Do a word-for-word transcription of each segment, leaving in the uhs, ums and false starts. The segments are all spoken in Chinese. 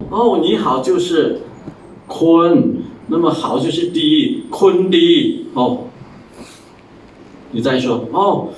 哦，你好就是坤，那么好就是低，坤低哦。你再说哦，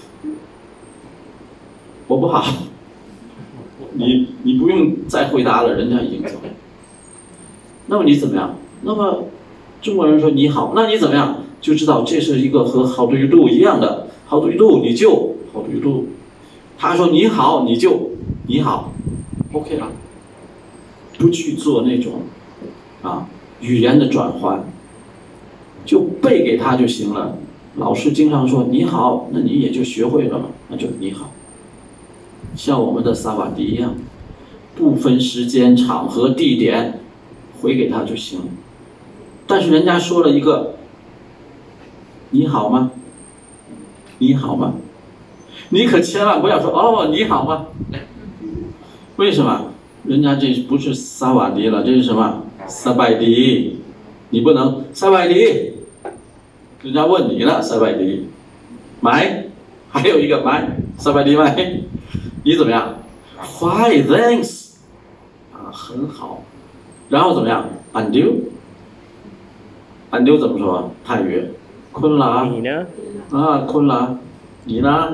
我不好，你你不用再回答了，人家已经走了。那么你怎么样？那么中国人说你好，那你怎么样？就知道这是一个和 How do you do 一样的 ，How do you do 你就 How do you do。他说你好，你就你好 ，OK 了，不去做那种啊语言的转换，就背给他就行了。老师经常说你好，那你也就学会了嘛，那就你好。像我们的萨瓦迪一样，不分时间、场合、地点，回给他就行了。但是人家说了一个你好吗？你好吗？你可千万不要说哦你好吗？为什么？人家这不是萨瓦迪了，这是什么？萨拜迪。你不能萨拜迪，人家问你了，萨拜迪买，还有一个买，萨拜迪买，你怎么样 ？Fine, thanks， 啊，很好。然后怎么样 ？Undo，Undo 怎么说？泰语，昆拉。 你呢？ 啊，昆拉，你呢？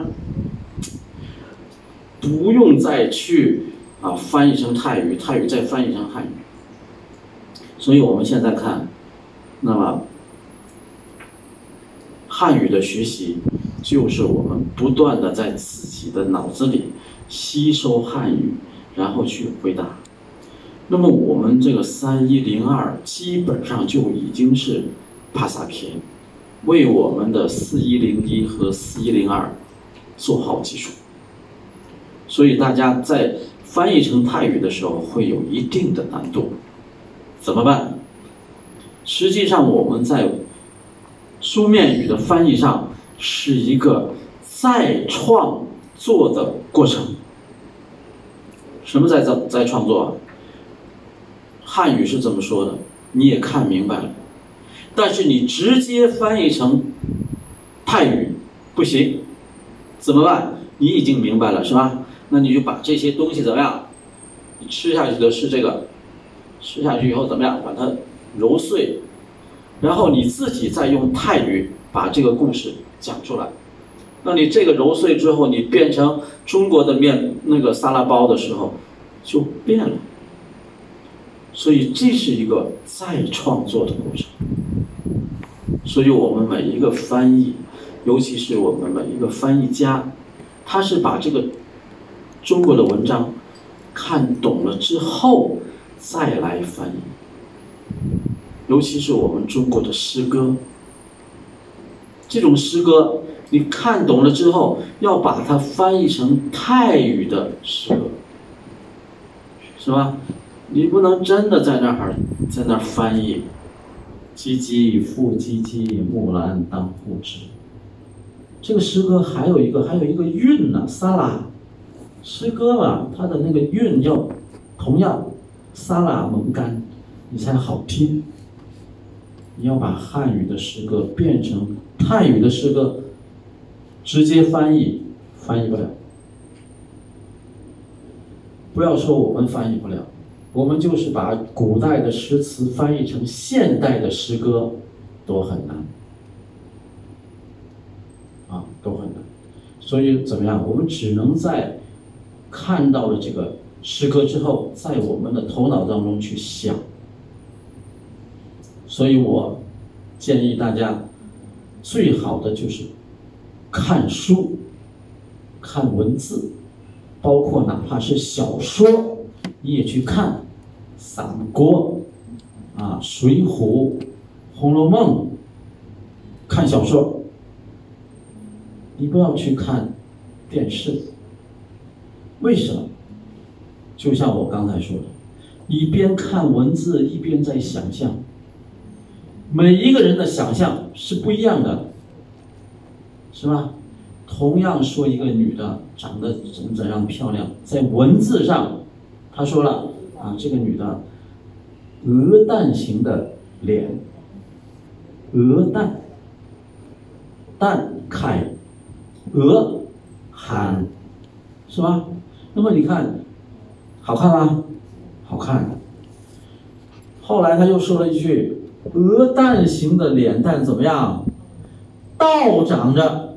不用再去啊翻译成泰语，泰语再翻译成汉语。所以我们现在看，那么汉语的学习，就是我们不断的在自己的脑子里吸收汉语，然后去回答。那么我们这个三一零二基本上就已经是帕萨皮，为我们的四一零一和四一零二做好基础。所以大家在翻译成泰语的时候会有一定的难度，怎么办？实际上我们在书面语的翻译上是一个再创作的过程。什么在在创作？汉语是这么说的，你也看明白了，但是你直接翻译成泰语不行，怎么办？你已经明白了是吧？那你就把这些东西怎么样？你吃下去的是这个，吃下去以后怎么样？把它揉碎，然后你自己再用泰语把这个故事讲出来。那你这个揉碎之后，你变成中国的面那个沙拉包的时候，就变了。所以这是一个再创作的过程。所以我们每一个翻译，尤其是我们每一个翻译家，他是把这个中国的文章看懂了之后再来翻译。尤其是我们中国的诗歌，这种诗歌你看懂了之后，要把它翻译成泰语的诗歌，是吧？你不能真的在那儿在那儿翻译唧唧复唧唧，木兰当户织。这个诗歌还有一个还有一个韵呢，萨拉。诗歌嘛，它的那个韵要同样萨拉蒙干，你才好听。你要把汉语的诗歌变成泰语的诗歌，直接翻译，翻译不了。不要说我们翻译不了，我们就是把古代的诗词翻译成现代的诗歌，都很难，啊，都很难。所以怎么样？我们只能在看到了这个诗歌之后，在我们的头脑当中去想。所以我建议大家，最好的就是看书、看文字，包括哪怕是小说，你也去看《三国》啊、《水浒》、《红楼梦》，看小说。你不要去看电视，为什么？就像我刚才说的，一边看文字一边在想象。每一个人的想象是不一样的，是吧？同样说一个女的长得怎怎样漂亮，在文字上，他说了啊，这个女的鹅蛋型的脸，鹅蛋，蛋开，鹅喊，是吧？那么你看，好看吗？好看。 后来他又说了一句：鹅蛋型的脸蛋怎么样？倒长着。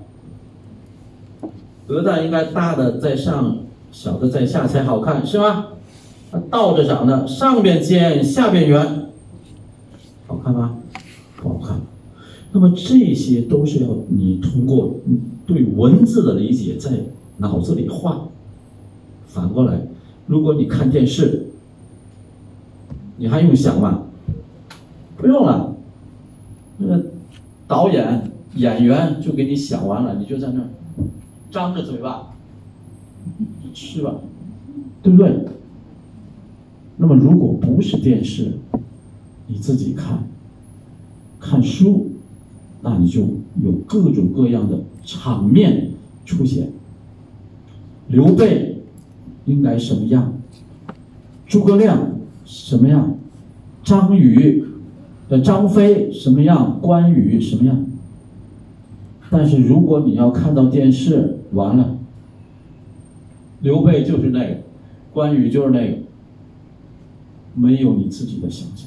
鹅蛋应该大的在上，小的在下才好看，是吗？它倒着长的，上边尖，下边圆，好看吗？不好看。那么这些都是要你通过对文字的理解，在脑子里画。反过来，如果你看电视，你还用想吗？不用了，那个导演、演员就给你想完了，你就在那儿张着嘴巴吃吧，对不对？那么如果不是电视，你自己看，看书，那你就有各种各样的场面出现。刘备应该什么样？诸葛亮什么样？张宇、呃张飞什么样？关羽什么样？但是如果你要看到电视，完了，刘备就是那个，关羽就是那个，没有你自己的想象。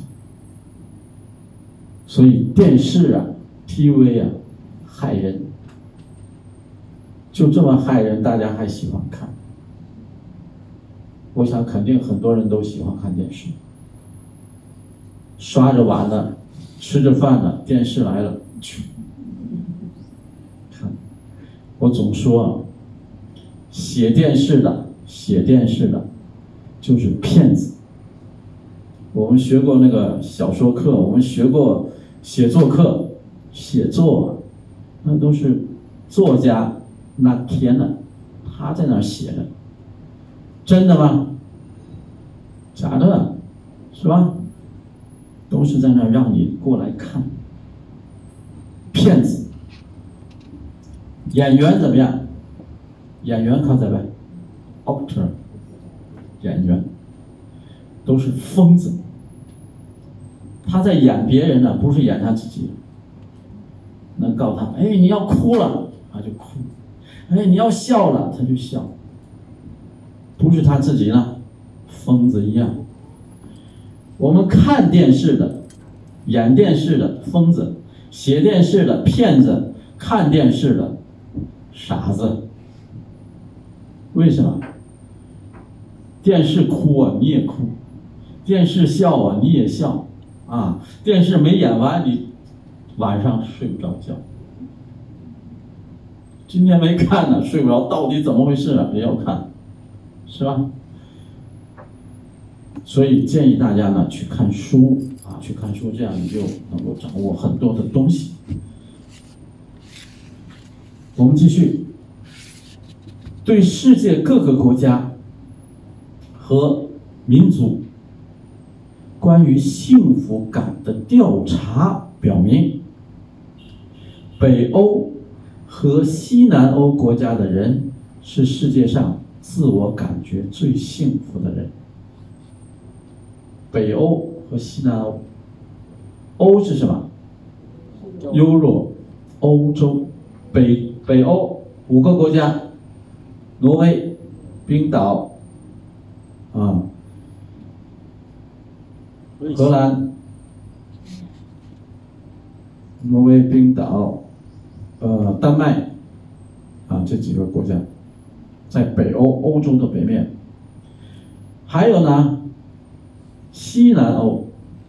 所以电视啊 T V 啊害人，就这么害人，大家还喜欢看。我想肯定很多人都喜欢看电视，刷着碗呢，吃着饭呢，电视来了，去看。我总说啊，写电视的写电视的就是骗子。我们学过那个小说课，我们学过写作课，写作那都是作家，那天呢，他在那儿写的，真的吗？假的，是吧？都是在那儿让你过来看，骗子。演员怎么样？演员靠在外 ，actor， 演员都是疯子。他在演别人呢，不是演他自己。能告诉他，哎，你要哭了，他就哭；哎，你要笑了，他就笑。不是他自己呢，疯子一样。我们看电视的、演电视的疯子，写电视的骗子，看电视的傻子。为什么？电视哭啊，你也哭；电视笑啊，你也笑。啊，电视没演完，你晚上睡不着觉。今天没看呢，睡不着，到底怎么回事啊？也要看，是吧？所以建议大家呢去看书啊，去看书，这样你就能够掌握很多的东西。我们继续，对世界各个国家和民族关于幸福感的调查表明，北欧和西南欧国家的人是世界上自我感觉最幸福的人。北欧和西南欧，欧是什么？优弱，欧洲，北北欧五个国家：挪威、冰岛，啊。荷兰、挪威、冰岛、呃，丹麦，啊，这几个国家，在北欧，欧洲的北面。还有呢，西南欧。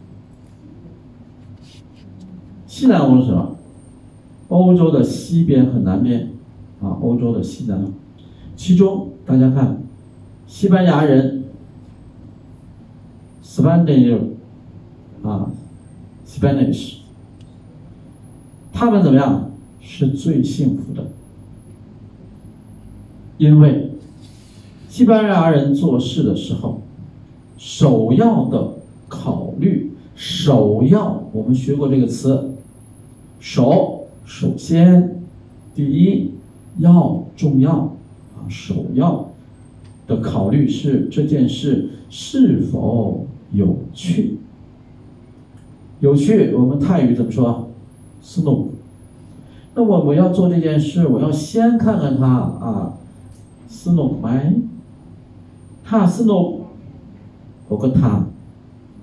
西南欧是什么？欧洲的西边和南边，啊，欧洲的西南。其中大家看，西班牙人 ，Spanish。啊 ，Spanish， 他们怎么样？是最幸福的，因为西班牙人做事的时候，首要的考虑，首要，我们学过这个词，首，首先，第一，要，重要，啊，首要的考虑是这件事是否有趣。有趣，我们泰语怎么说 ？Snow。那我我要做这件事，我要先看看它啊 ，Snow ไหม？ถ้า Snow 我跟他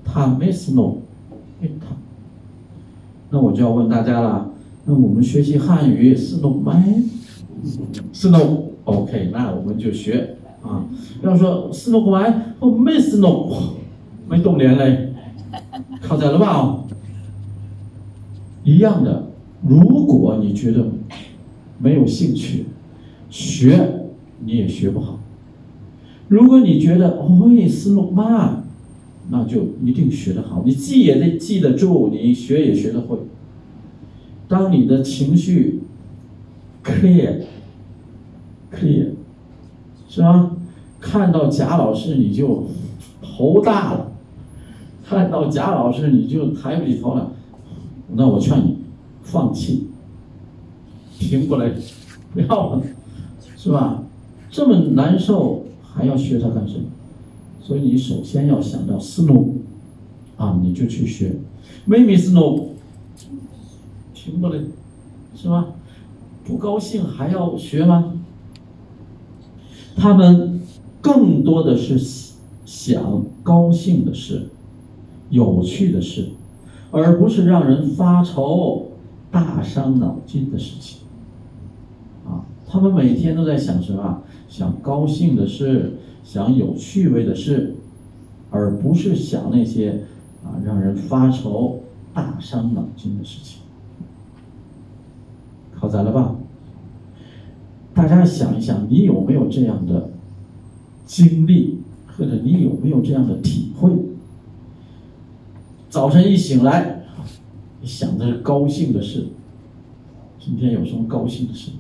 他没 snow， 哎他，那我就要问大家了，那我们学习汉语 snow 没 snow OK， 那我们就学啊。要说 snow 没哦没 snow， 没动连嘞，考在了吧？一样的，如果你觉得没有兴趣，学你也学不好。如果你觉得哦，snow 嘛，那就一定学得好。你记也得记得住，你学也学得会。当你的情绪 clear clear 是吧？看到贾老师你就头大了，看到贾老师你就抬不起头来，那我劝你放弃，停过来，不要了，是吧？这么难受还要学它干什么？所以你首先要想到 snow 啊，你就去学。maybe snow 停过来，是吧？不高兴还要学吗？他们更多的是想高兴的事、有趣的事，而不是让人发愁、大伤脑筋的事情。啊，他们每天都在想什么？想高兴的事，想有趣味的事，而不是想那些啊让人发愁、大伤脑筋的事情。考砸了吧？大家想一想，你有没有这样的经历，或者你有没有这样的体会？早晨一醒来，你想的是高兴的事，今天有什么高兴的事？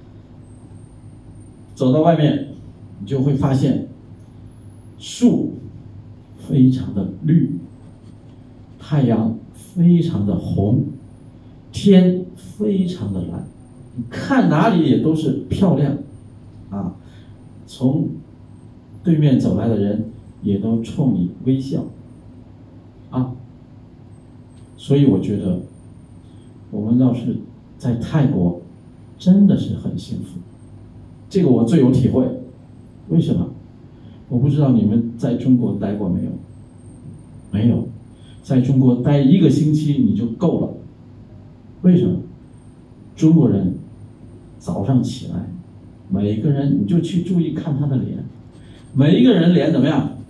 走到外面，你就会发现树非常的绿，太阳非常的红，天非常的蓝，你看哪里也都是漂亮啊！从对面走来的人也都冲你微笑啊！所以我觉得我们要是在泰国真的是很幸福，这个我最有体会。为什么？我不知道你们在中国待过没有？没有，在中国待一个星期你就够了。为什么？中国人早上起来，每个人你就去注意看他的脸，每一个人脸怎么样？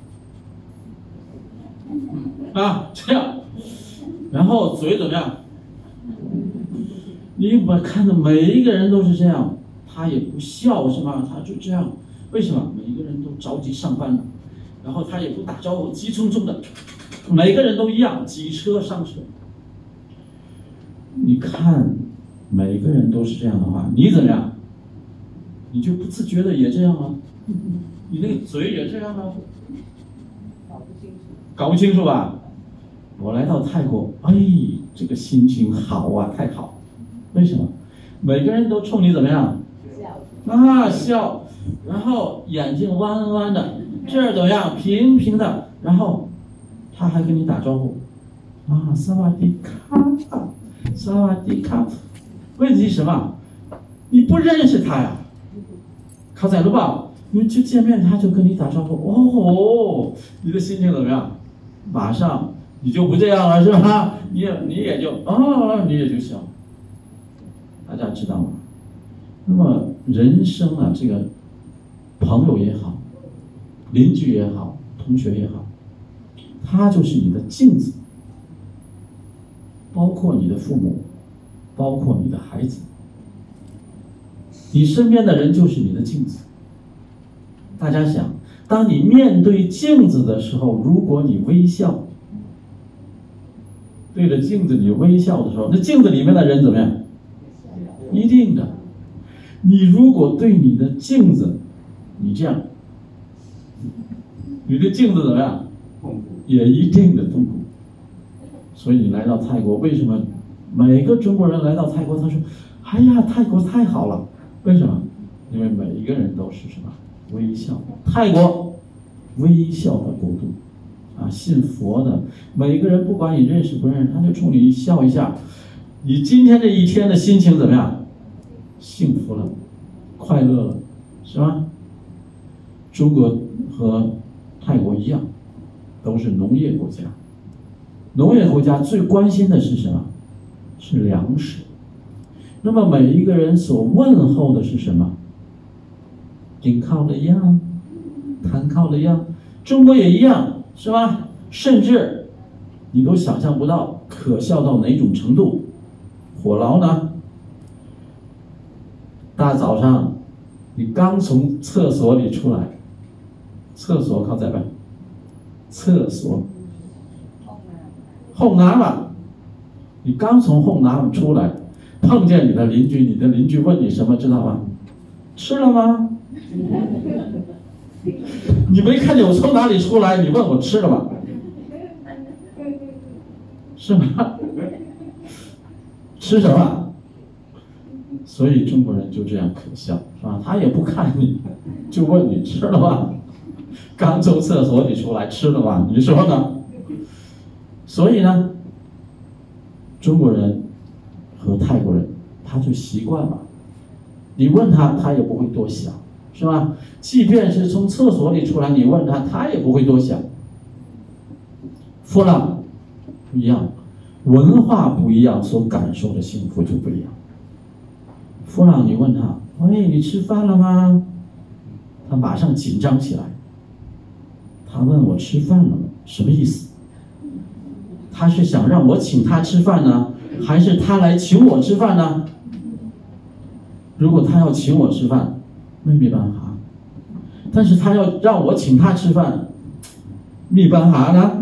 啊，这样，然后嘴怎么样？你把看的每一个人都是这样，他也不笑是吧？他就这样，为什么？每一个人都着急上班了，然后他也不打招呼，急匆匆的，每个人都一样，挤车上车。你看，每个人都是这样的话，你怎么样？你就不自觉的也这样吗？你那个嘴也这样吗？搞不清楚，搞不清楚吧？我来到泰国，哎，这个心情好啊，太好！为什么？每个人都冲你怎么样？笑啊，笑，然后眼睛弯弯的，这儿怎么样？平平的，然后他还跟你打招呼，啊，萨瓦迪卡，萨瓦迪卡。问题是什么？你不认识他呀，考仔了吧？你就见面他就跟你打招呼，哦，你的心情怎么样？马上你就不这样了是吧？你也你也就哦，你也就笑。大家知道吗？那么人生啊，这个朋友也好，邻居也好，同学也好，他就是你的镜子，包括你的父母，包括你的孩子，你身边的人就是你的镜子。大家想，当你面对镜子的时候，如果你微笑，对着镜子你微笑的时候，那镜子里面的人怎么样？一定的。你如果对你的镜子，你这样，你的镜子怎么样？也一定的痛苦。所以你来到泰国，为什么每个中国人来到泰国，他说：“哎呀，泰国太好了。”为什么？因为每一个人都是什么？微笑。泰国，微笑的国度。啊，信佛的每个人，不管你认识不认识，他就冲你笑一下，你今天这一天的心情怎么样？幸福了，快乐了，是吧？中国和泰国一样，都是农业国家， 农业国家最关心的是什么？是粮食。那么每一个人所问候的是什么？顶靠的一样，弹靠的一样，中国也一样，是吧？甚至你都想象不到，可笑到哪种程度？火牢呢？大早上，你刚从厕所里出来，厕所靠在边，厕所，后拿嘛，你刚从后拿出来，碰见你的邻居，你的邻居问你什么，知道吗？吃了吗？你没看见我从哪里出来，你问我吃了吗？是吗？吃什么？所以中国人就这样可笑，是吧？他也不看你，就问你吃了吗？刚从厕所里出来，吃了吗？你说呢？所以呢，中国人和泰国人他就习惯了，你问他，他也不会多想，是吧？即便是从厕所里出来，你问他，他也不会多想。弗朗不一样，文化不一样，所感受的幸福就不一样。弗朗，你问他，喂，你吃饭了吗？他马上紧张起来。他问我吃饭了吗？什么意思？他是想让我请他吃饭呢，还是他来请我吃饭呢？如果他要请我吃饭，那没办法。但是他要让我请他吃饭，没办法呢。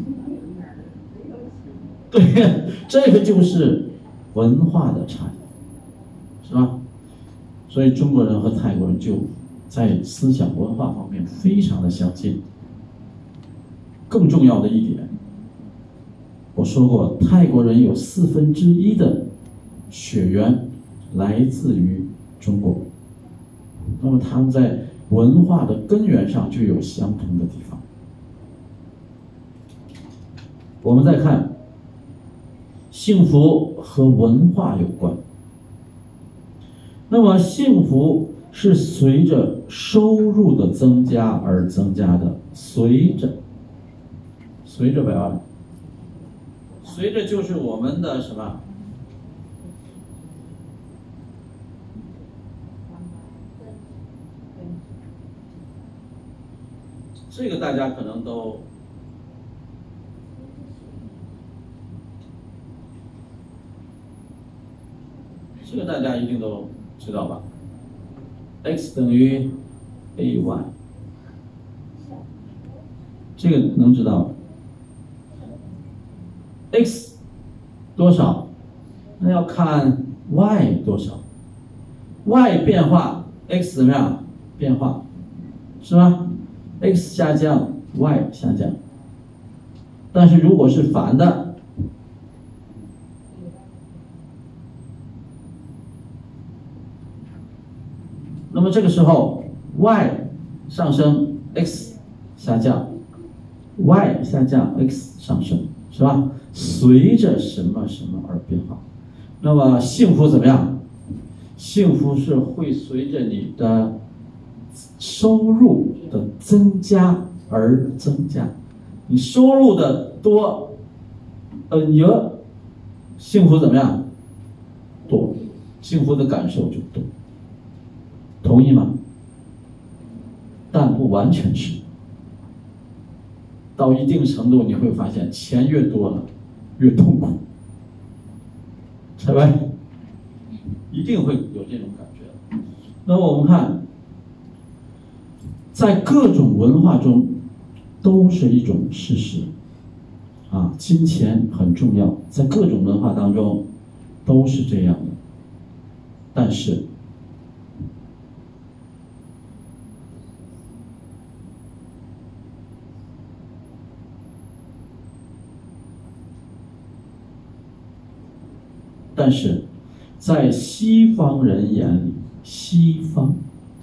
对，这个就是文化的差异，是吧？所以中国人和泰国人就在思想文化方面非常的相近。更重要的一点，我说过，泰国人有四分之一的血缘来自于中国，那么他们在文化的根源上就有相同的地方。我们再看，幸福和文化有关。那么幸福是随着收入的增加而增加的，随着随着百万，随着就是我们的什么？这个大家可能都这个大家一定都知道吧 ？x 等于 ay， 这个能知道 ？x 多少？那要看 y 多少 ，y 变化 ，x 怎么样？变化，是吧 ？x 下降 ，y 下降。但是如果是反的，那么这个时候 y 上升 ，x 下降 ，y 下降 ，x 上升，是吧？随着什么什么而变化。那么幸福怎么样？幸福是会随着你的收入的增加而增加。你收入的多，呃，你的幸福怎么样？多，幸福的感受就多。同意吗？但不完全是。到一定程度，你会发现钱越多了，越痛苦，对吧？一定会有这种感觉。那么我们看，在各种文化中，都是一种事实。啊，金钱很重要，在各种文化当中都是这样的。但是，但是在西方人眼里，西方，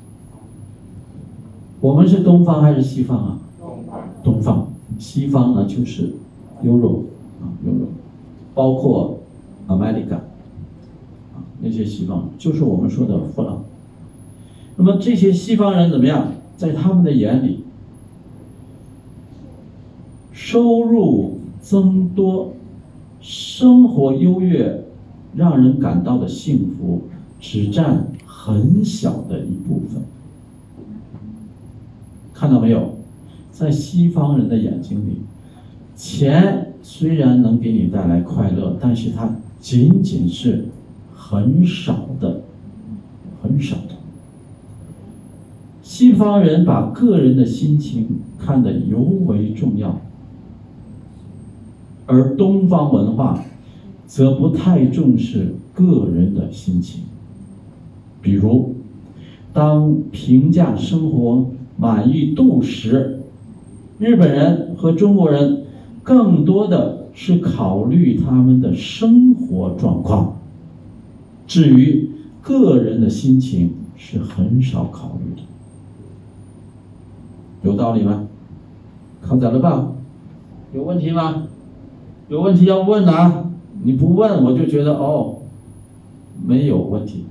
我们是东方还是西方啊？东方。西方呢，就是 Euro 啊 ，Euro， 包括 America 啊，那些西方就是我们说的弗朗。那么这些西方人怎么样？在他们的眼里，收入增多，生活优越，让人感到的幸福，只占很小的一部分。看到没有？在西方人的眼睛里，钱虽然能给你带来快乐，但是它仅仅是很少的，很少的。西方人把个人的心情看得尤为重要，而东方文化则不太重视个人的心情。比如，当评价生活满意度时，日本人和中国人更多的是考虑他们的生活状况，至于个人的心情是很少考虑的。有道理吗？考仔了吧？有问题吗？有问题要问啊！你不问我就觉得哦，没有问题。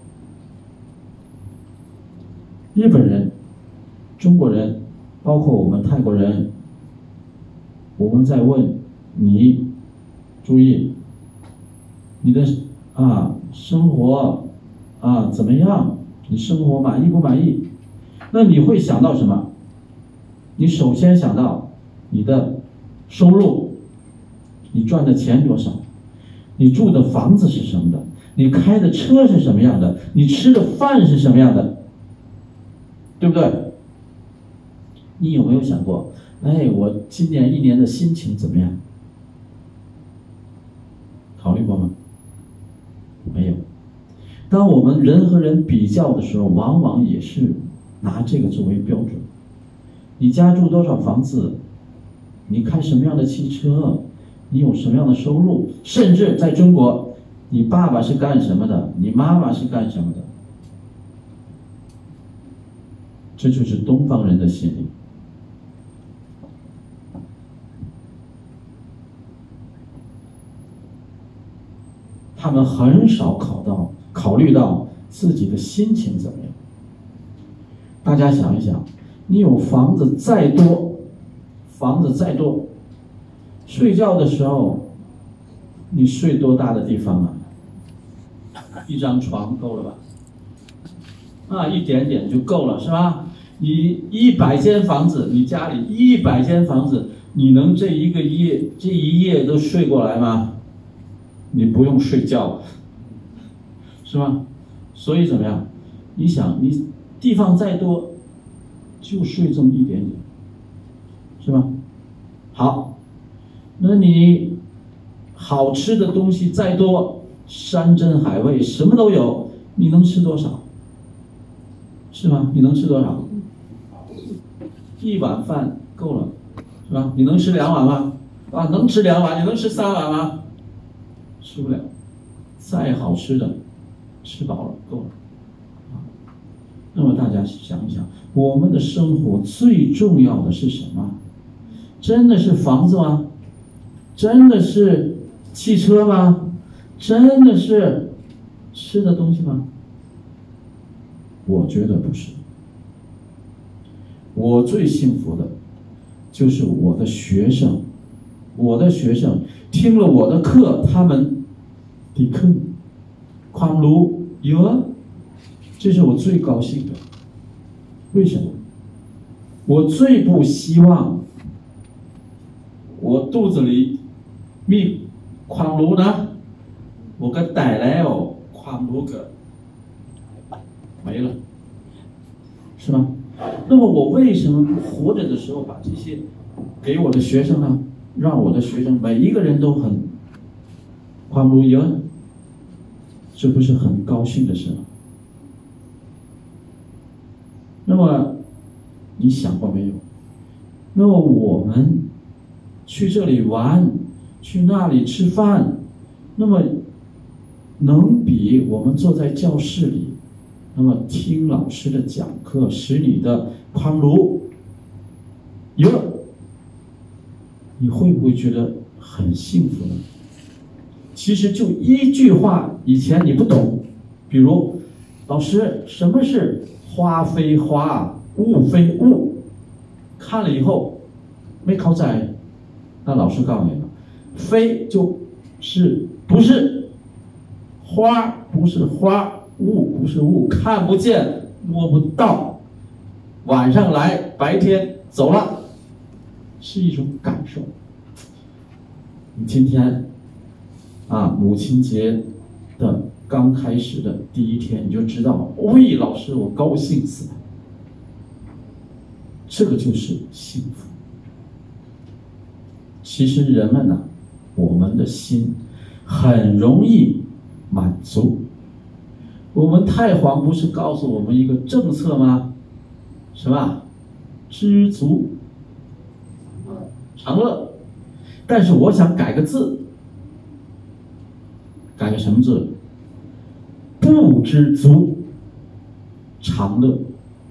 日本人、中国人，包括我们泰国人，我们在问你，注意，你的啊生活啊怎么样？你生活满意不满意？那你会想到什么？你首先想到你的收入，你赚的钱多少，你住的房子是什么的，你开的车是什么样的，你吃的饭是什么样的，对不对？你有没有想过，哎，我今年一年的心情怎么样？考虑过吗？没有。当我们人和人比较的时候，往往也是拿这个作为标准。你家住多少房子？你开什么样的汽车？你有什么样的收入？甚至在中国，你爸爸是干什么的？你妈妈是干什么的？这就是东方人的心理。他们很少考到考虑到自己的心情怎么样。大家想一想，你有房子再多，房子再多，睡觉的时候，你睡多大的地方啊？一张床够了吧？啊，一点点就够了，是吧？你一百间房子，你家里一百间房子，你能这一个夜这一夜都睡过来吗？你不用睡觉，是吧？所以怎么样？你想，你地方再多，就睡这么一点点，是吧？好，那你好吃的东西再多，山珍海味什么都有，你能吃多少？是吗？你能吃多少？一碗饭够了，是吧？你能吃两碗吗？啊，能吃两碗，你能吃三碗吗？吃不了。再好吃的，吃饱了，够了。啊，那么大家想一想，我们的生活最重要的是什么？真的是房子吗？真的是汽车吗？真的是吃的东西吗？我觉得不是。我最幸福的就是我的学生，我的学生听了我的课，他们的课ความรู้เยอะ，这是我最高兴的。为什么？我最不希望我肚子里มีความรู้นะ我ก็แต่แล้วความรู้ก็没了，是吗？那么我为什么不活着的时候把这些给我的学生呢？让我的学生每一个人都很ความรู้เยอะ，这不是很高兴的事吗？那么你想过没有？那么我们去这里玩，去那里吃饭，那么能比我们坐在教室里，那么听老师的讲课，使你的ความรู้เยอะ，你会不会觉得很幸福呢？其实就一句话，以前你不懂，比如老师，什么是花非花，物非物？看了以后没เข้าใจ那老师告诉你了，非就是不是，花不是花，物不是物，看不见摸不到，晚上来白天走了，是一种感受。你今天啊，母亲节的刚开始的第一天，你就知道，喂，老师我高兴死了。这个就是幸福。其实人们呢，我们的心很容易满足。我们太皇不是告诉我们一个政策吗？什么？知足常乐。但是我想改个字，改个什么字？不知足常乐。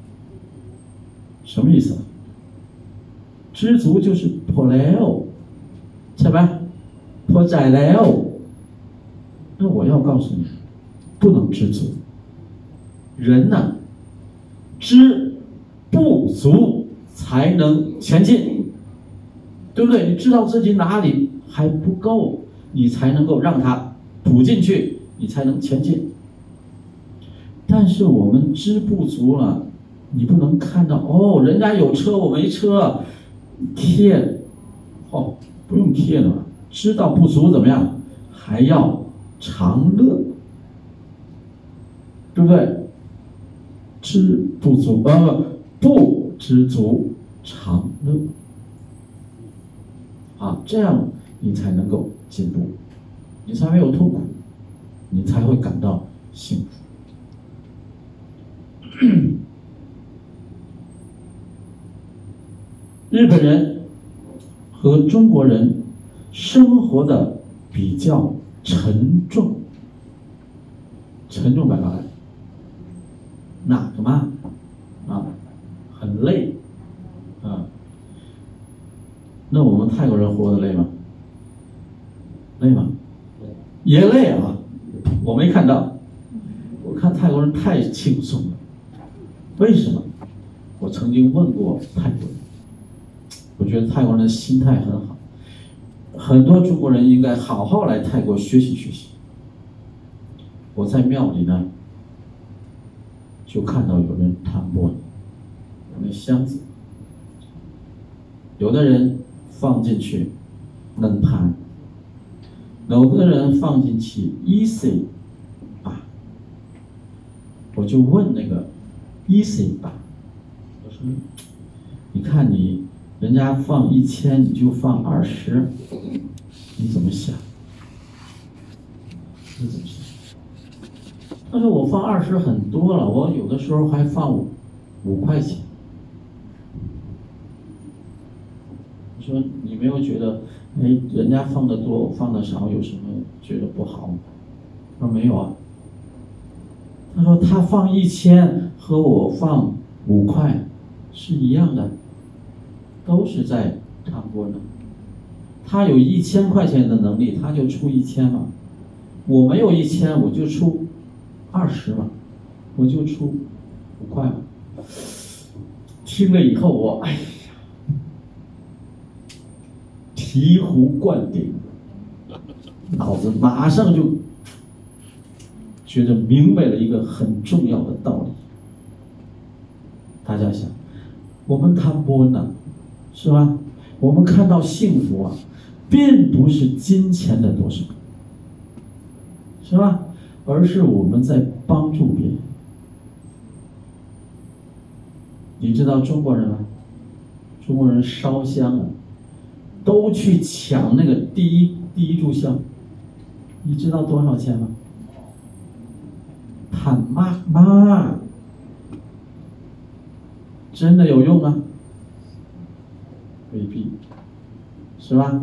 什么意思啊？知足就是破了，是吧？破载了。那我要告诉你，不能知足。人呢，知不足才能前进，对不对？你知道自己哪里还不够，你才能够让它补进去，你才能前进。但是我们知不足了，你不能看到哦，人家有车我没车，贴，哦，不用贴了，知道不足怎么样？还要常乐，对不对？知不足，呃，不知足常乐，啊，这样你才能够进步，你才没有痛苦，你才会感到幸福。日本人和中国人生活的比较沉重，沉重摆哪来？哪个嘛？啊，很累，啊。那我们泰国人活得累吗？累吗？也累啊，我没看到，我看泰国人太轻松了。为什么？我曾经问过泰国人，我觉得泰国人的心态很好，很多中国人应该好好来泰国学习学习。我在庙里呢，就看到有人弹钵，有那箱子，有的人放进去能弹，有的人放进去 easy 吧。我就问那个 easy 吧，我说你看你人家放一千你就放二十，你怎么想？你怎么想？他说我放二十很多了，我有的时候还放五五块钱。我说你没有觉得，哎，人家放的多，我放的少，有什么觉得不好吗？他说没有啊。他说他放一千和我放五块是一样的，都是在唱歌呢。他有一千块钱的能力，他就出一千嘛。我没有一千，我就出二十嘛，我就出五块嘛。听了以后我哎呀，醍醐灌顶，脑子马上就觉得明白了一个很重要的道理。大家想，我们谈波呢，是吧？我们看到幸福啊，并不是金钱的多少，是吧？而是我们在帮助别人。你知道中国人吗？中国人烧香啊，都去抢那个第一第一炷香，你知道多少钱吗？坦妈妈，真的有用吗？未必，是吧？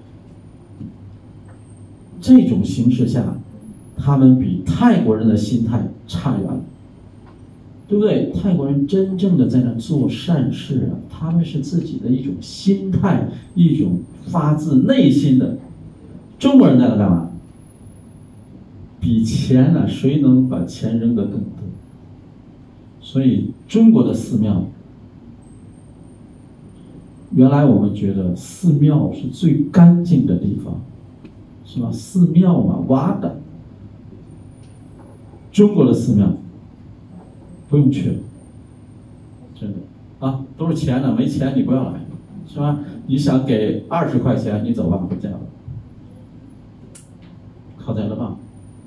这种形势下，他们比泰国人的心态差远了，对不对？泰国人真正的在那做善事啊，他们是自己的一种心态，一种发自内心的。中国人在那干嘛？比钱呢、啊，谁能把钱扔得更多？所以中国的寺庙， 原来我们觉得寺庙是最干净的地方，是吧？寺庙嘛，挖的。中国的寺庙不用去了，真的啊，都是钱的，没钱你不要来，是吧？你想给二十块钱，你走吧，回家吧。考在了吧？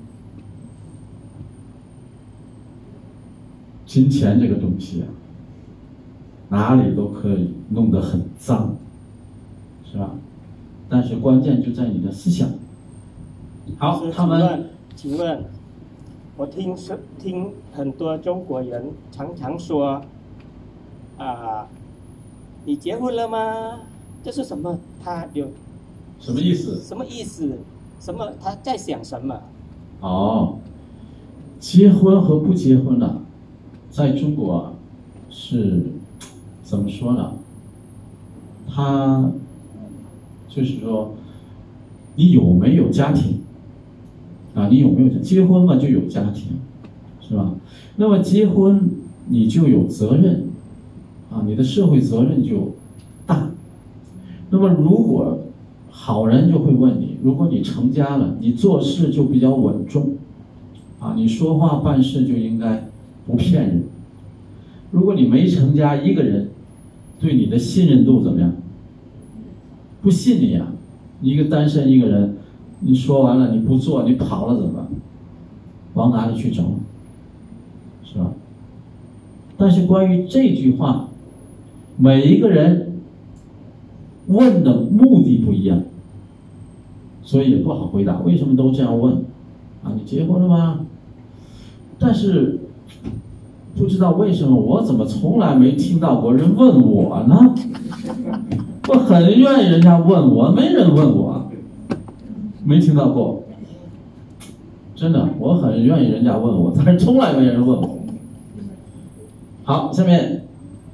金钱这个东西啊，哪里都可以弄得很脏，是吧？但是关键就在你的思想。好，他们， 请问，我听说听很多中国人常常说，啊，你结婚了吗？这是什么？他有什么意思？ 什么意思？什么？他在想什么？ 哦，结婚和不结婚呢，在中国啊，是怎么说呢？他就是说，你有没有家庭啊？你有没有结婚嘛？就有家庭，是吧？那么结婚你就有责任啊，你的社会责任就大。那么如果好人就会问你，如果你成家了，你做事就比较稳重啊，你说话办事就应该不骗人。如果你没成家，一个人对你的信任度怎么样？不信你啊，一个单身一个人，你说完了你不做，你跑了怎么办？往哪里去找？是吧？但是关于这句话，每一个人问的目的不一样，所以也不好回答。为什么都这样问？啊，你结婚了吗？但是不知道为什么，我怎么从来没听到过人问我呢？我很愿意人家问我，没人问我，没听到过。真的，我很愿意人家问我，但是从来没人问我。好，下面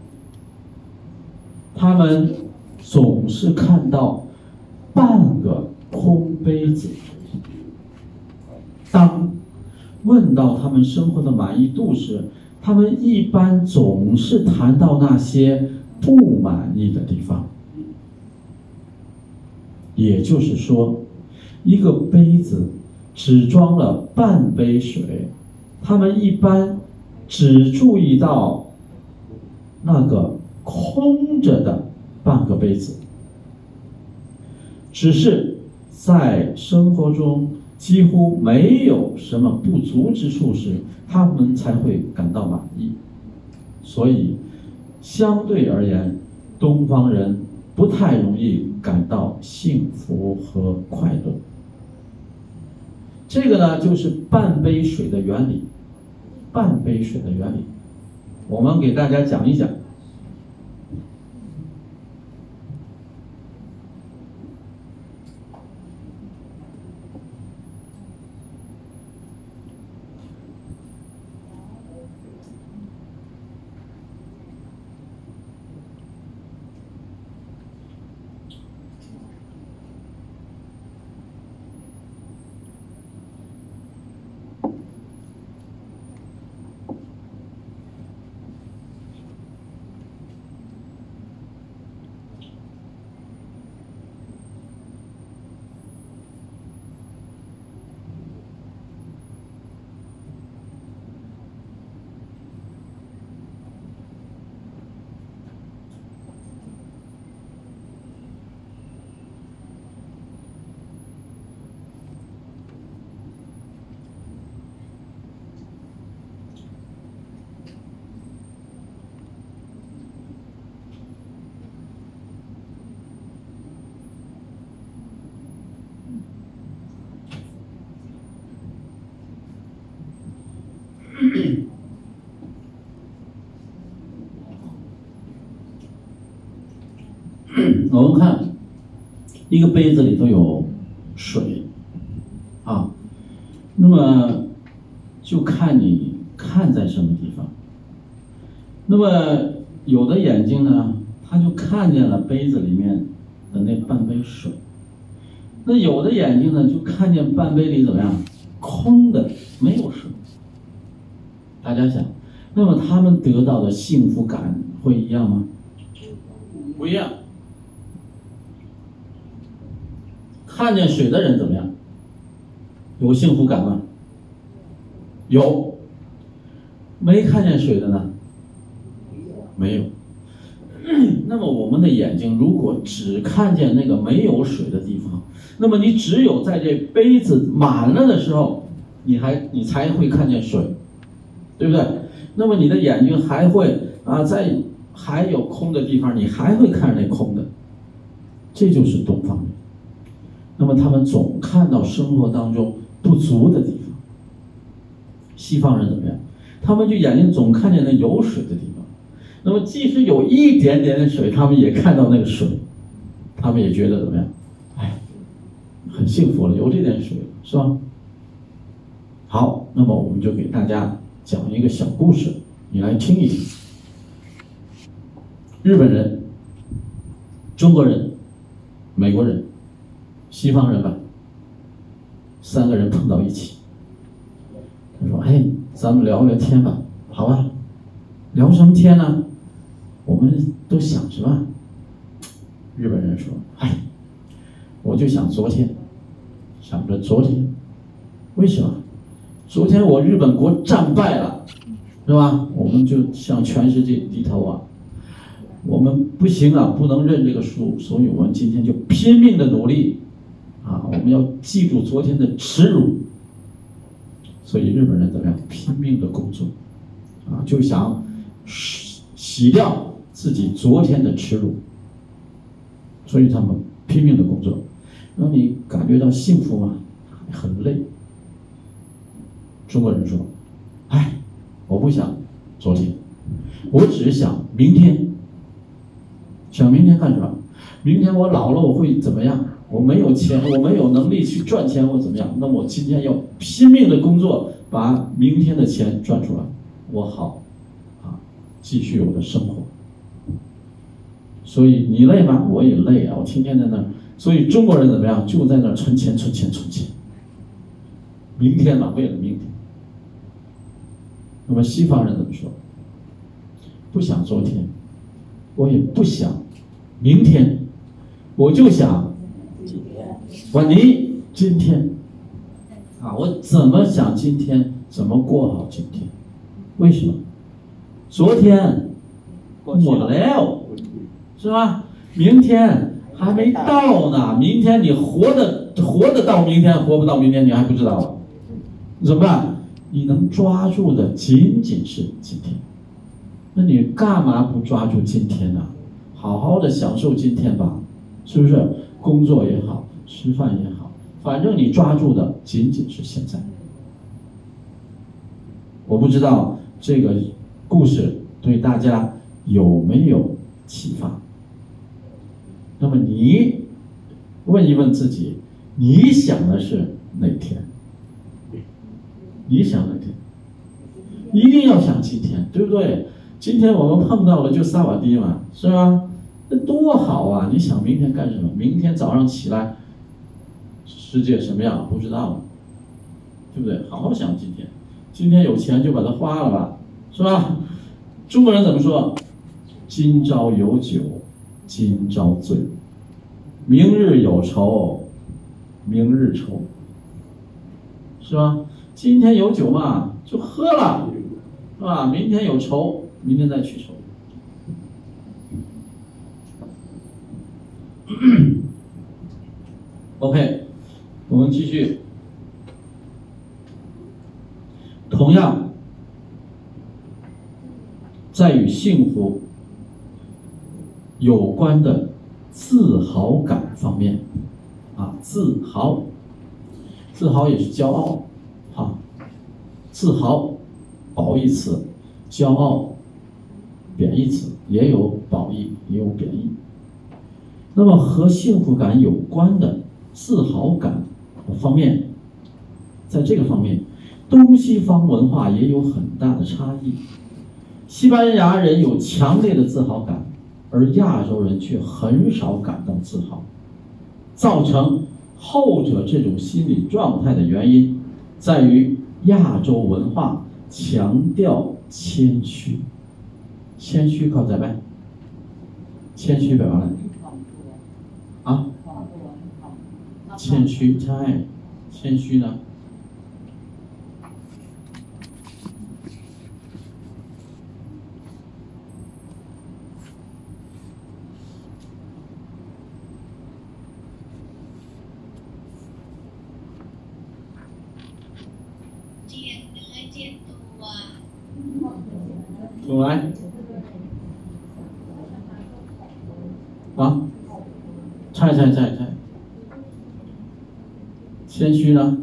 他们总是看到半个空杯子。当问到他们生活的满意度时，他们一般总是谈到那些不满意的地方。也就是说，一个杯子只装了半杯水，他们一般只注意到那个空着的半个杯子，只是在生活中几乎没有什么不足之处时，他们才会感到满意。所以相对而言，东方人不太容易感到幸福和快乐。这个呢，就是半杯水的原理。半杯水的原理，我们给大家讲一讲。我们看一个杯子里头有水啊，那么就看你看在什么地方。那么有的眼睛呢，他就看见了杯子里面的那半杯水，那有的眼睛呢，就看见半杯里怎么样，空的，没有水。大家想，那么他们得到的幸福感会一样吗？不一样。 看见水的人怎么样？有幸福感吗？有。没看见水的呢？没有。那么我们的眼睛如果只看见那个没有水的地方，那么你只有在这杯子满了的时候，你还你才会看见水，对不对？那么你的眼睛还会啊，在还有空的地方，你还会看那空的。这就是东方人。那么他们总看到生活当中不足的地方。西方人怎么样？他们就眼睛总看见那有水的地方。那么即使有一点点的水，他们也看到那个水，他们也觉得怎么样？哎，很幸福了，有这点水，是吧？好，那么我们就给大家讲一个小故事，你来听一听。日本人、中国人、美国人、西方人吧，三个人碰到一起。他说：“哎，咱们聊聊天吧，好吧？聊什么天呢？我们都想什么？”日本人说：“哎，我就想昨天，想着昨天，为什么？昨天我日本国战败了，是吧？我们就向全世界低头啊，我们不行啊，不能认这个输，所以我们今天就拼命的努力啊，我们要记住昨天的耻辱。”所以日本人怎么样？拼命的工作，啊，就想洗洗掉自己昨天的耻辱。所以他们拼命的工作，让你感觉到幸福吗？很累。中国人说：“哎，我不想昨天，我只是想明天。想明天干什么？明天我老了我会怎么样？我没有钱，我没有能力去赚钱，我怎么样？那么我今天要拼命的工作，把明天的钱赚出来，我好啊，继续我的生活。所以你累吗？我也累啊，我天天在那儿。所以中国人怎么样？就在那儿存钱、存钱、存钱。明天嘛，为了明天。那么西方人怎么说？不想昨天，我也不想明天，我就想我你今天啊，我怎么想今天，怎么过好今天？为什么？昨天过了，是吧？明天还没到呢，明天你活的活得到明天，活不到明天你还不知道了，怎么办？你能抓住的仅仅是今天，那你干嘛不抓住今天呢？好好的享受今天吧，是不是？工作也好，吃饭也好，反正你抓住的仅仅是现在。我不知道这个故事对大家有没有启发？那么你问一问自己，你想的是哪天？你想哪天？一定要想今天，对不对？今天我们碰到了就萨瓦迪嘛，是吧？那多好啊！你想明天干什么？明天早上起来，世界什么样不知道，对不对？好好想今天，今天有钱就把它花了吧，是吧？中国人怎么说？今朝有酒今朝醉，明日有愁明日愁，是吧？今天有酒嘛，就喝了，是吧？明天有愁，明天再去愁。OK， 我们继续。同样，在与幸福有关的自豪感方面，啊，自豪，自豪也是骄傲，啊，自豪，褒义词，骄傲，贬义词，也有褒义，也有贬义。那么和幸福感有关的自豪感方面，在这个方面，东西方文化也有很大的差异。西班牙人有强烈的自豪感，而亚洲人却很少感到自豪。造成后者这种心理状态的原因，在于亚洲文化强调谦虚。谦虚靠在咩？谦虚表达啊？ 谦虚，ใช่，谦虚呢？ถูกไหม啊，ใช่ใช่ใช่ใช่谦虚呢？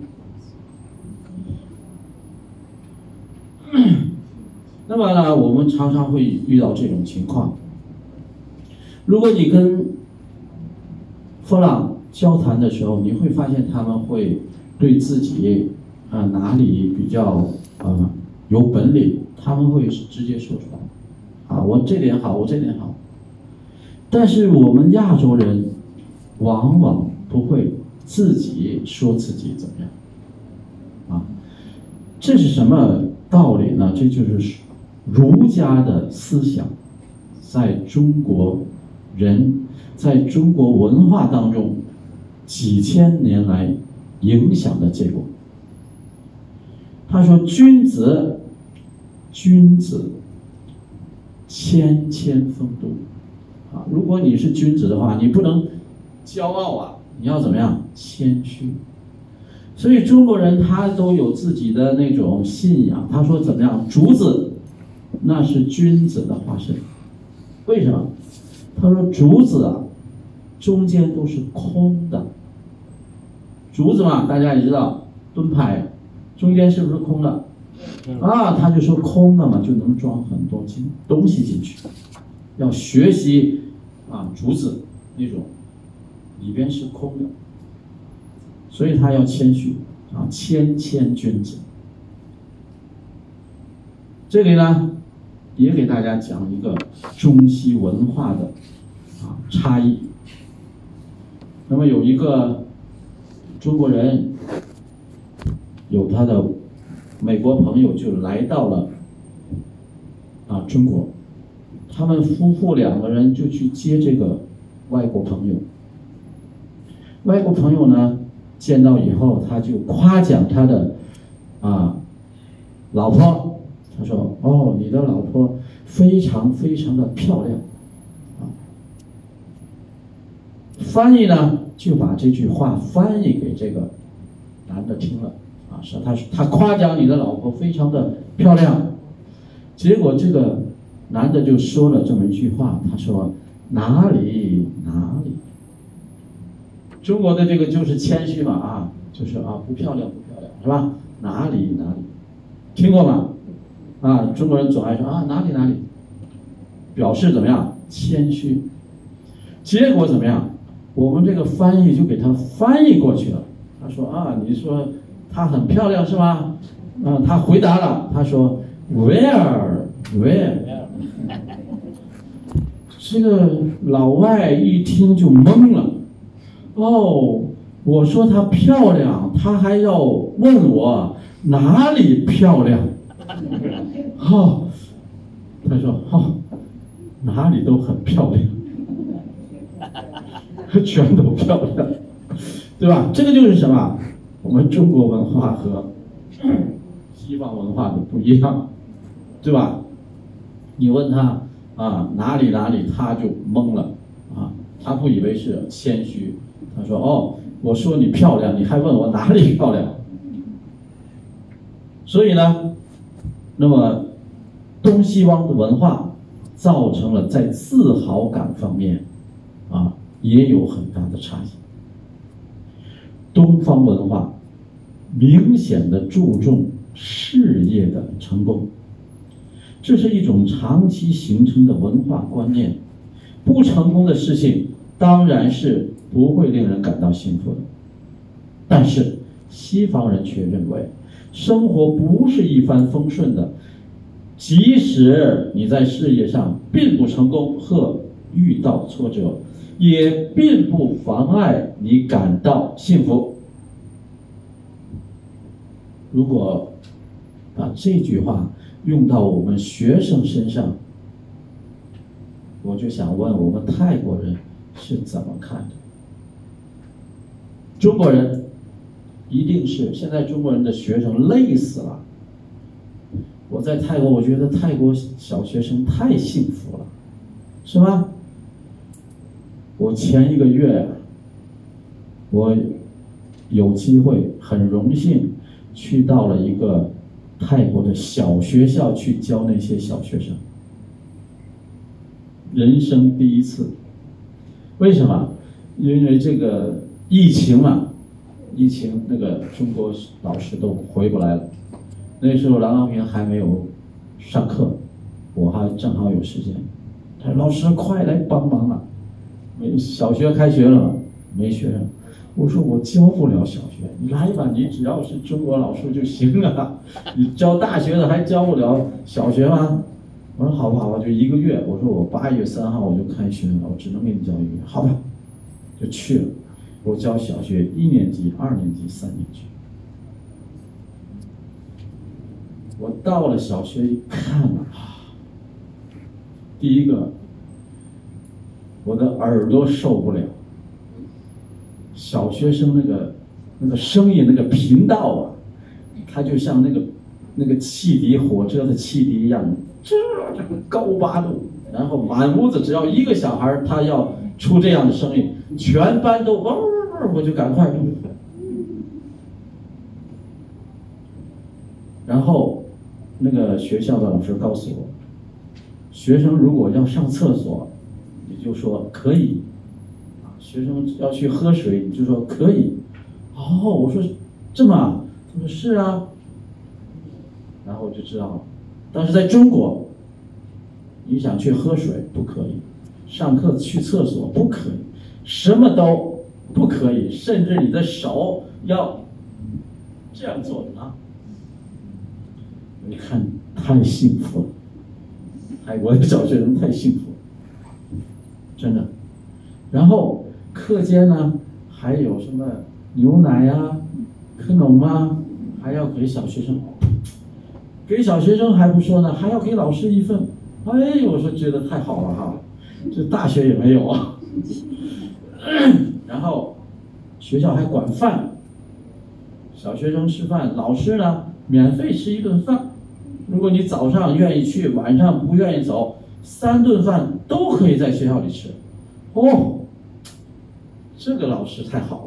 那么呢，我们常常会遇到这种情况。如果你跟弗朗交谈的时候，你会发现他们会对自己啊、呃、哪里比较呃有本领，他们会直接说出来。啊，我这点好，我这点好。但是我们亚洲人往往不会自己说自己怎么样。啊，这是什么道理呢？这就是儒家的思想在中国人在中国文化当中几千年来影响的结果。他说君子君子谦谦风度啊，如果你是君子的话，你不能骄傲啊，你要怎么样？谦虚。所以中国人他都有自己的那种信仰，他说怎么样？竹子那是君子的化身。为什么？他说竹子啊中间都是空的，竹子嘛大家也知道盾牌中间是不是空的啊？他就说空的嘛就能装很多进东西进去，要学习啊竹子那种里边是空的，所以他要谦虚啊，谦谦君子。这里呢也给大家讲一个中西文化的啊差异。那么有一个中国人有他的美国朋友就来到了啊中国，他们夫妇两个人就去接这个外国朋友。外国朋友呢见到以后，他就夸奖他的啊老婆，他说：“哦，你的老婆非常非常的漂亮。”啊，翻译呢就把这句话翻译给这个男的听了。啊，说他他夸奖你的老婆非常的漂亮，结果这个男的就说了这么一句话，他说：“哪里哪里。”中国的这个就是谦虚嘛啊，就是啊不漂亮不漂亮是吧？哪里哪里，听过吗？啊，中国人总爱说啊哪里哪里，表示怎么样？谦虚。结果怎么样？我们这个翻译就给他翻译过去了。他说啊，你说她很漂亮是吗？啊，他回答了，他说 Where Where。这个老外一听就懵了。哦，我说她漂亮，她还要问我哪里漂亮？哦，他说哦，哪里都很漂亮，全都漂亮，对吧？这个就是什么？我们中国文化和西方文化的不一样，对吧？你问他啊哪里哪里，他就懵了啊，他不以为是谦虚。他说：“哦，我说你漂亮，你还问我哪里漂亮？”所以呢，那么东西方的文化造成了在自豪感方面啊也有很大的差异。东方文化明显的注重事业的成功，这是一种长期形成的文化观念。不成功的事情当然是不会令人感到幸福的，但是西方人却认为生活不是一帆风顺的，即使你在事业上并不成功或遇到挫折，也并不妨碍你感到幸福。如果把这句话用到我们学生身上，我就想问我们泰国人是怎么看的？ 中国人一定是现在中国人的学生累死了。我在泰国，我觉得泰国小学生太幸福了，是吧？我前一个月，我有机会，很荣幸去到了一个泰国的小学校去教那些小学生，人生第一次。为什么？因为这个疫情嘛，疫情那个中国老师都回不来了。那时候郎朗平还没有上课，我还正好有时间。他说：“老师，快来帮忙啊！小学开学了，没学生。”我说：“我教不了小学，你来吧，你只要是中国老师就行了。你教大学的还教不了小学吗？”我说：“好吧，好吧，就一个月。”我说：“我八月三号我就开学了，我只能给你教一个月。”好吧，就去了。我教小学一年级、二年级、三年级。我到了小学一看啊，第一个，我的耳朵受不了，小学生那个那个声音那个频道啊，它就像那个那个汽笛火车的汽笛一样，这这个高八度，然后满屋子只要一个小孩他要出这样的声音，全班都嗡，我就赶快，然后。那个学校的老师告诉我，学生如果要上厕所，你就说可以；学生要去喝水，你就说可以。哦，我说这么？他说是啊。然后我就知道了。但是在中国，你想去喝水不可以，上课去厕所不可以，什么都不可以，甚至你的手要这样做的啊。你看，太幸福了！泰国的小学生太幸福了，真的。然后课间呢，还有什么牛奶啊、可农啊，还要给小学生。给小学生还不说呢，还要给老师一份。哎，我说觉得太好了哈，这大学也没有啊。然后学校还管饭，小学生吃饭，老师呢免费吃一顿饭。如果你早上愿意去，晚上不愿意走，三顿饭都可以在学校里吃。哦，这个老师太好了。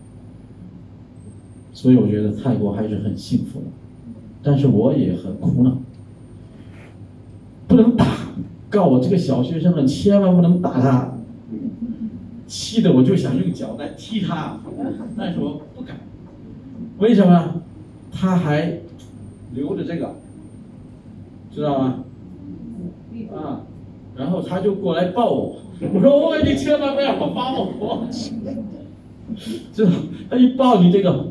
所以我觉得泰国还是很幸福的，但是我也很苦恼，不能打，告我这个小学生们千万不能打他，气得我就想用脚来踢他，但是我不敢。为什么？他还留着这个。知道吗？啊，然后他就过来抱我，我说：“哦，你千万不要抱我！”知道，他一抱你这个，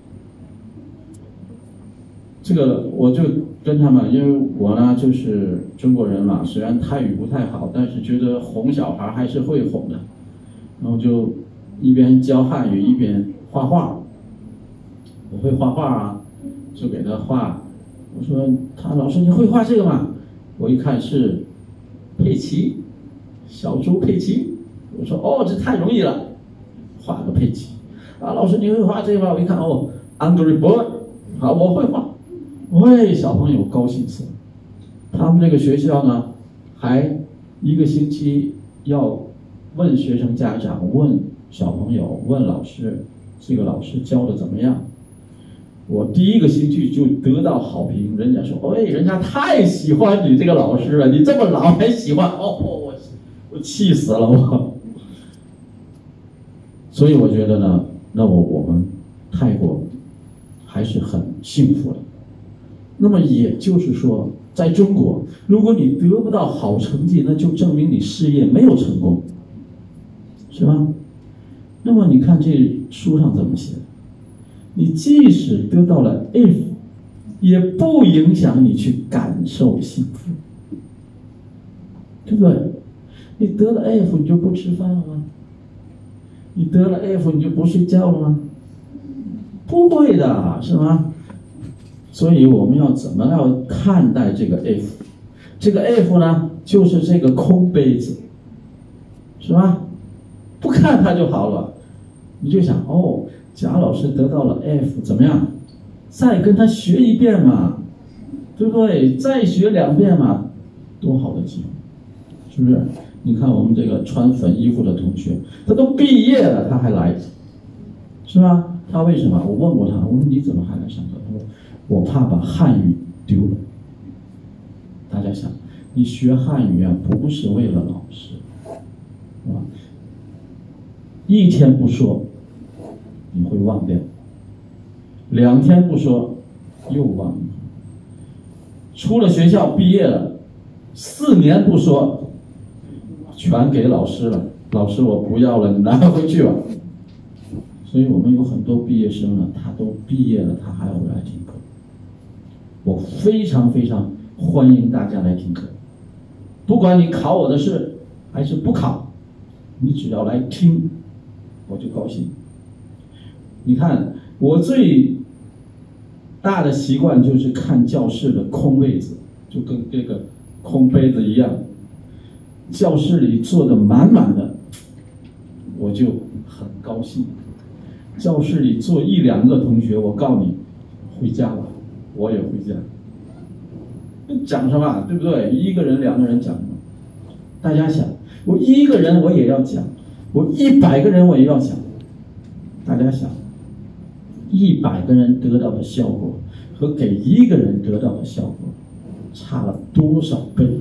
这个我就跟他们，因为我呢就是中国人嘛，虽然泰语不太好，但是觉得哄小孩还是会哄的，然后就一边教汉语一边画画。我会画画啊，就给他画。我说他老师你会画这个吗？我一看是佩奇，小猪佩奇。我说哦这太容易了，画个佩奇。啊老师你会画这个吗？我一看哦 Angry Bird， 好我会画。喂，小朋友高兴死了。他们这个学校呢，还一个星期要问学生家长、问小朋友、问老师，这个老师教的怎么样？我第一个星期就得到好评，人家说：“哎，人家太喜欢你这个老师了，你这么老还喜欢。”哦，我我气死了我。所以我觉得呢，那我我们泰国还是很幸福的。那么也就是说，在中国，如果你得不到好成绩，那就证明你事业没有成功，是吧？那么你看这书上怎么写的？你即使得到了 F， 也不影响你去感受幸福，对不对？你得了 F， 你就不吃饭了吗？你得了 F， 你就不睡觉了吗？不会的，是吗？所以我们要怎么要看待这个 F？ 这个 F 呢，就是这个空杯子，是吧？不看它就好了，你就想哦。 贾老师得到了 F， 怎么样？再跟他学一遍嘛，对不对？再学两遍嘛，多好的机会，是不是？你看我们这个穿粉衣服的同学，他都毕业了，他还来，是吧？他为什么？我问过他，我说你怎么还来上课？他说我怕把汉语丢了。大家想，你学汉语啊，不是为了老师，是吧？一天不说，你会忘掉；两天不说，又忘了。出了学校毕业了，四年不说，全给老师了。老师我不要了，你拿回去吧。所以我们有很多毕业生呢，他都毕业了，他还要来听课。我非常非常欢迎大家来听课，不管你考我的试还是不考，你只要来听，我就高兴。你看我最大的习惯就是看教室的空位子，就跟这个空杯子一样，教室里坐的满满的，我就很高兴。教室里坐一两个同学，我告诉你，回家吧，我也回家。讲什么，对不对？一个人两个人讲什么？大家想，我一个人我也要讲，我一百个人我也要讲。大家想，一百个人得到的效果和给一个人得到的效果差了多少倍？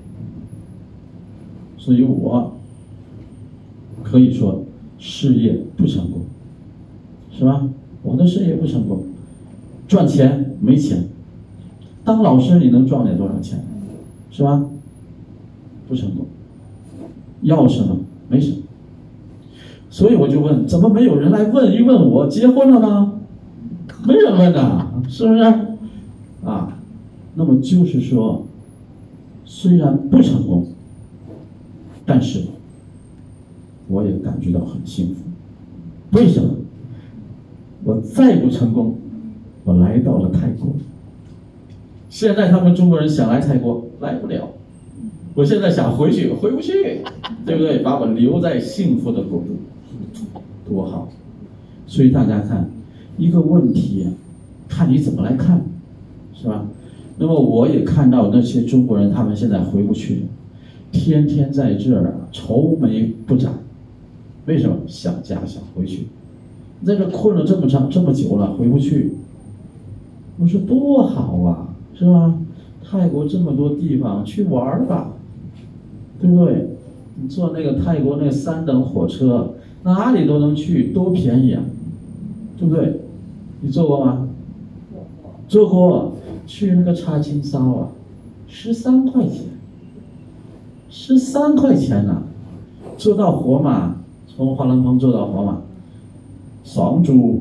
所以我可以说事业不成功，是吧？我的事业不成功，赚钱没钱。当老师你能赚点多少钱，是吧？不成功。要什么？没什么。所以我就问，怎么没有人来问一问我结婚了吗？没人问呐，是不是？啊，那么就是说，虽然不成功，但是我也感觉到很幸福。为什么？我再不成功，我来到了泰国。现在他们中国人想来泰国，来不了。我现在想回去，回不去，对不对？把我留在幸福的国度，多好！所以大家看，一个问题，看你怎么来看，是吧？那么我也看到那些中国人，他们现在回不去了，天天在这儿啊愁眉不展。为什么？想家想回去，在这困了这么长这么久了，回不去。我说多好啊，是吧？泰国这么多地方，去玩吧，对不对？你坐那个泰国那三等火车，哪里都能去，多便宜啊，对不对？你坐过吗？坐过，去那个叉青烧啊，十三块钱，十三块钱呐、啊，坐到火马，从华兰蓬坐到火马，双猪，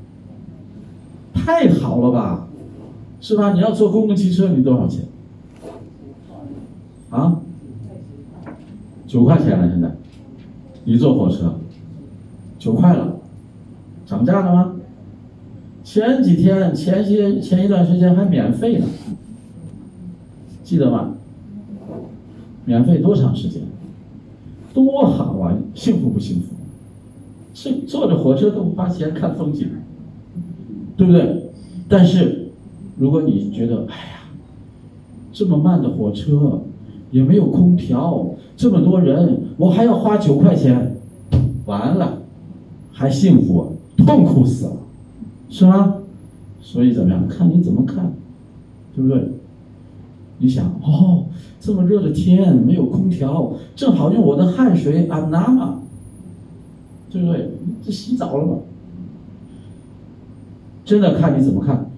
太好了吧，是吧？你要坐公共汽车，你多少钱？啊？九块钱了，现在，一坐火车，九块了，涨价了吗？前几天前些前一段时间还免费呢，记得吗？免费多长时间？多好啊！幸福不幸福？是坐着火车都不花钱看风景，对不对？但是如果你觉得，哎呀，这么慢的火车也没有空调，这么多人，我还要花九块钱，完了，还幸福？痛苦死了，是吗？所以怎么样？看你怎么看，对不对？你想，哦，这么热的天没有空调，正好用我的汗水啊拿嘛，对不对？这洗澡了嘛？真的看你怎么看。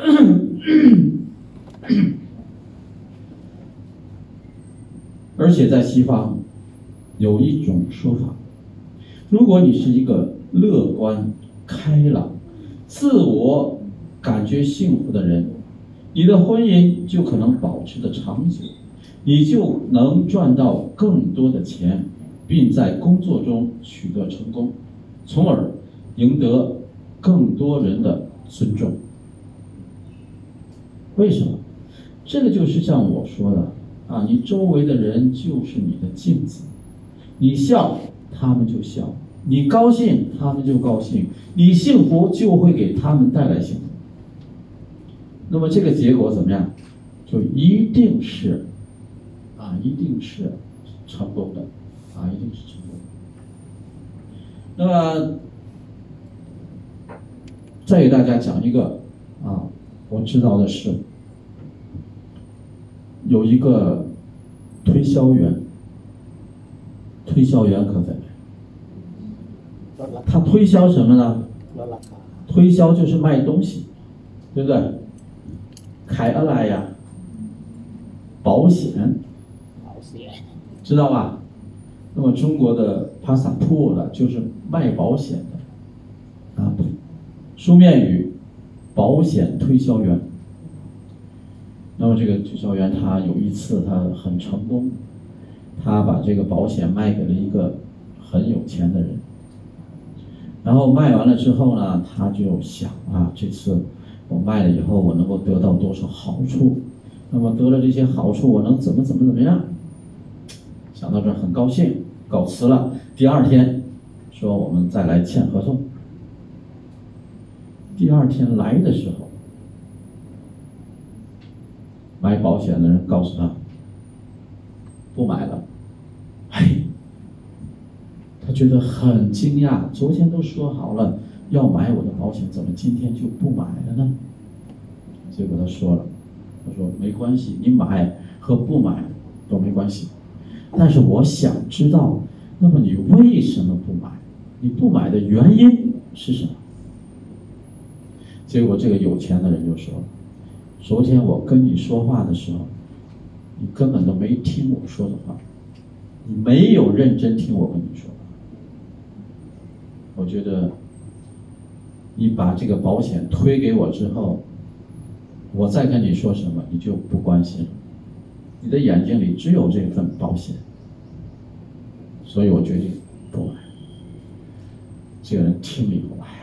而且在西方有一种说法，如果你是一个乐观、开朗、自我感觉幸福的人，你的婚姻就可能保持的长久，你就能赚到更多的钱，并在工作中取得成功，从而赢得更多人的尊重。为什么？这个就是像我说的啊，你周围的人就是你的镜子，你笑他们就笑， 你高兴，他们就高兴；你幸福，就会给他们带来幸福。那么这个结果怎么样？就一定是，啊，一定是成功的，啊，一定是成功的。那么，再给大家讲一个，啊，我知道的是，有一个推销员，推销员可在。他推销什么呢？推销就是卖东西，对不对？凯尔莱呀，保险， 保险， 知道吧？那么中国的帕萨普呢，就是卖保险的，啊，书面语，保险推销员。那么这个推销员他有一次他很成功，他把这个保险卖给了一个很有钱的人。然后卖完了之后呢，他就想啊，这次我卖了以后，我能够得到多少好处？那么得了这些好处，我能怎么怎么怎么样？想到这儿很高兴，告辞了。第二天说我们再来签合同。第二天来的时候，买保险的人告诉他不买了。哎。他觉得很惊讶，昨天都说好了要买我的保险，怎么今天就不买了呢？结果他说了，他说没关系，你买和不买都没关系，但是我想知道，那么你为什么不买？你不买的原因是什么？结果这个有钱的人就说了，昨天我跟你说话的时候，你根本都没听我说的话，你没有认真听我跟你说。我觉得你把这个保险推给我之后，我再跟你说什么你就不关心了，你的眼睛里只有这份保险，所以我决定不买。这个人听了以后，哎呀，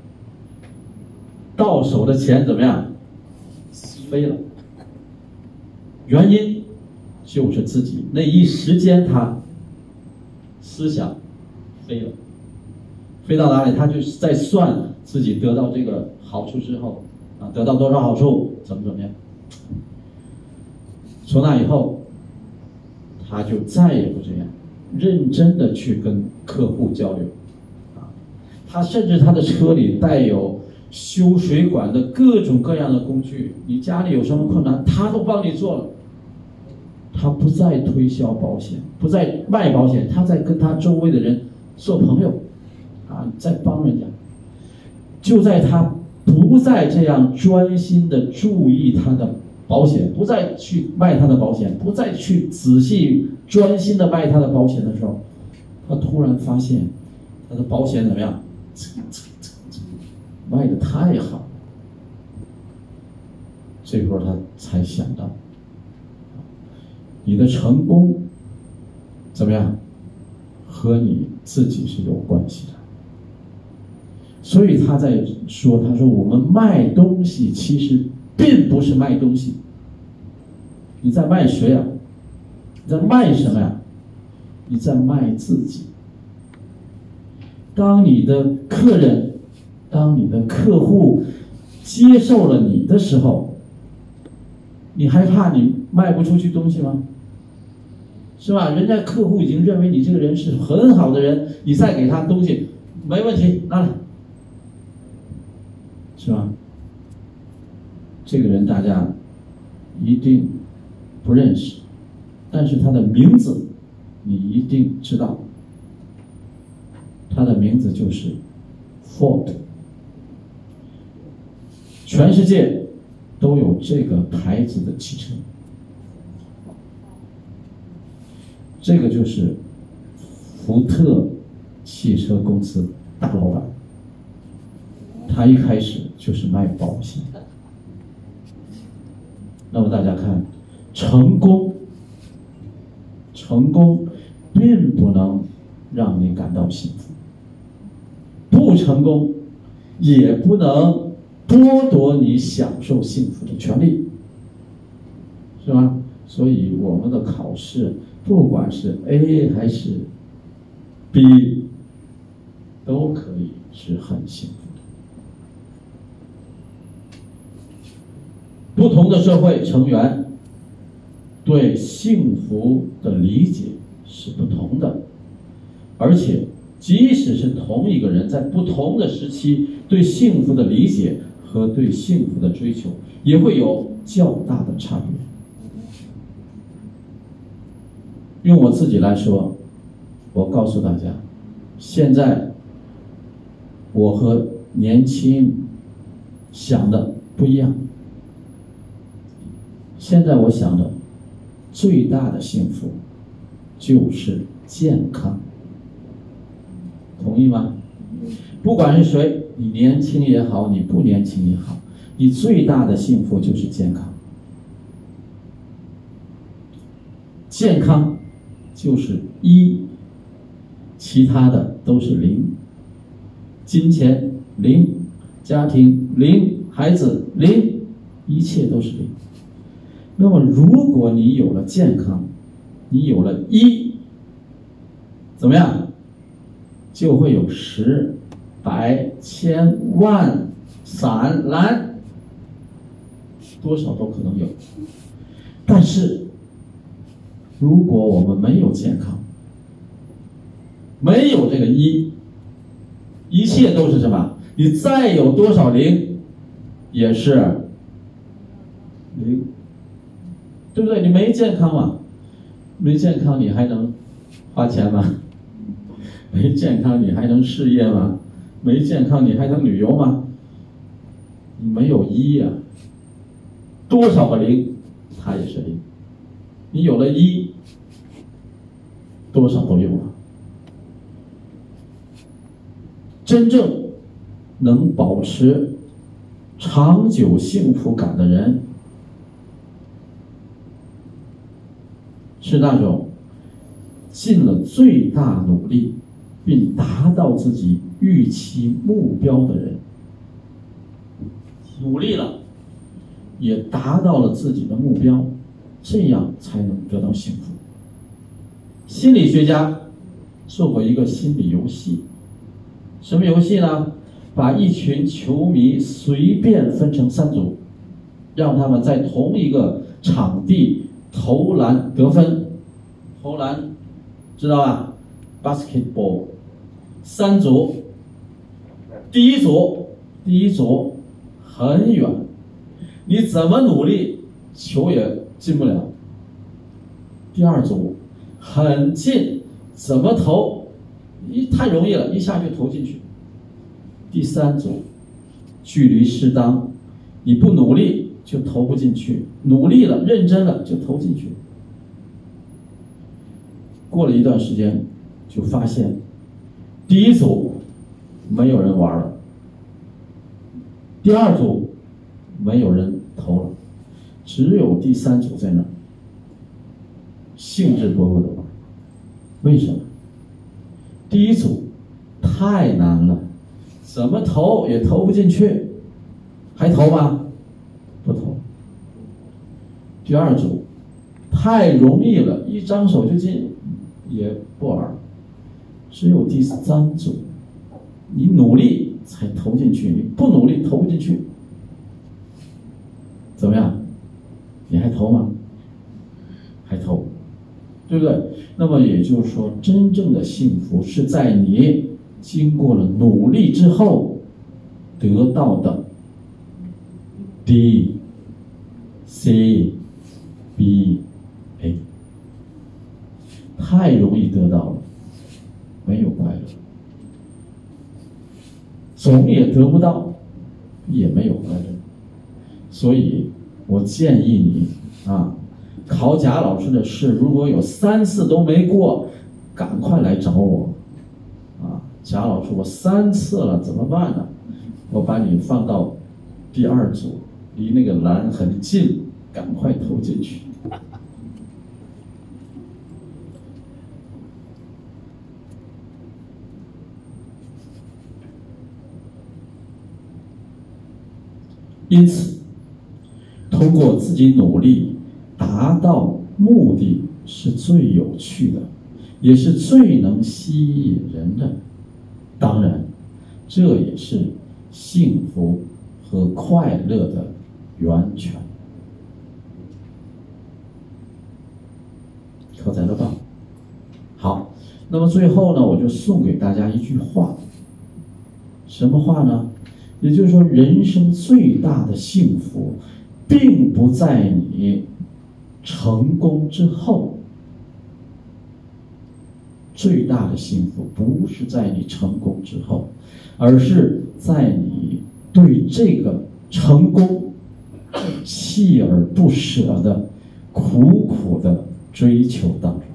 到手的钱怎么样？飞了。原因就是自己那一时间他思想飞了。飞到哪里，他就在算自己得到这个好处之后，啊，得到多少好处，怎么怎么样。从那以后，他就再也不这样，认真的去跟客户交流，啊，他甚至他的车里带有修水管的各种各样的工具，你家里有什么困难，他都帮你做了。他不再推销保险，不再卖保险，他在跟他周围的人做朋友。啊，在帮人家，就在他不再这样专心的注意他的保险，不再去卖他的保险，不再去仔细专心的卖他的保险的时候，他突然发现他的保险怎么样？卖的太好了。这会儿他才想到，你的成功怎么样，和你自己是有关系的。所以他在说，他说我们卖东西其实并不是卖东西。你在卖谁啊？你在卖什么呀？你在卖自己。当你的客人，当你的客户接受了你的时候，你还怕你卖不出去东西吗？是吧？人家客户已经认为你这个人是很好的人，你再给他东西没问题，拿来。是吧？这个人大家一定不认识，但是他的名字你一定知道，他的名字就是 Ford。全世界都有这个牌子的汽车，这个就是福特汽车公司大老板。他一开始就是卖保险。那么大家看，成功，成功并不能让你感到幸福，不成功也不能剥夺你享受幸福的权利，是吧？所以我们的考试，不管是 A 还是 B， 都可以是很幸福的。不同的社会成员对幸福的理解是不同的，而且即使是同一个人，在不同的时期对幸福的理解和对幸福的追求也会有较大的差别。用我自己来说，我告诉大家，现在我和年轻想的不一样。现在我想的最大的幸福就是健康，同意吗？不管是谁，你年轻也好，你不年轻也好，你最大的幸福就是健康。健康就是一，其他的都是零。金钱零，家庭零，孩子零，一切都是零。那么如果你有了健康，你有了一，怎么样？就会有十、百、千、万、散、蓝，多少都可能有。但是如果我们没有健康，没有这个一，一切都是什么？你再有多少零也是零，对不对？你没健康嘛，没健康你还能花钱吗？没健康你还能事业吗？没健康你还能旅游吗？你没有一呀、啊，多少个零它也是零。你有了一，多少都有了。真正能保持长久幸福感的人，是那种尽了最大努力并达到自己预期目标的人。努力了，也达到了自己的目标，这样才能得到幸福。心理学家做过一个心理游戏，什么游戏呢？把一群球迷随便分成三组，让他们在同一个场地投篮得分。投篮知道吧？ basketball 三组，第一组第一组很远，你怎么努力球也进不了。第二组很近，怎么投一太容易了，一下就投进去。第三组距离适当，你不努力就投不进去，努力了认真了就投进去。过了一段时间就发现第一组没有人玩了，第二组没有人投了，只有第三组在那儿兴致勃勃的玩。为什么？第一组太难了，怎么投也投不进去，还投吗？不投。第二组太容易了，一张手就进，也不玩。只有第三组，你努力才投进去，你不努力投不进去。怎么样？你还投吗？还投，对不对？那么也就是说，真正的幸福是在你经过了努力之后得到的 D C B A， 太容易得到了，没有快乐，总也得不到，也没有快乐。所以我建议你啊，考贾老师的试如果有三次都没过，赶快来找我啊！贾老师，我三次了怎么办呢？我把你放到第二组，离那个篮很近，赶快投进去。因此通过自己努力达到目的是最有趣的，也是最能吸引人的。 当然，这也是幸福和快乐的源泉。可载的棒。好，那么最后呢，我就送给大家一句话。什么话呢？也就是说，人生最大的幸福，并不在你成功之后。最大的幸福不是在你成功之后，而是在你对这个成功锲而不舍的苦苦的追求当中。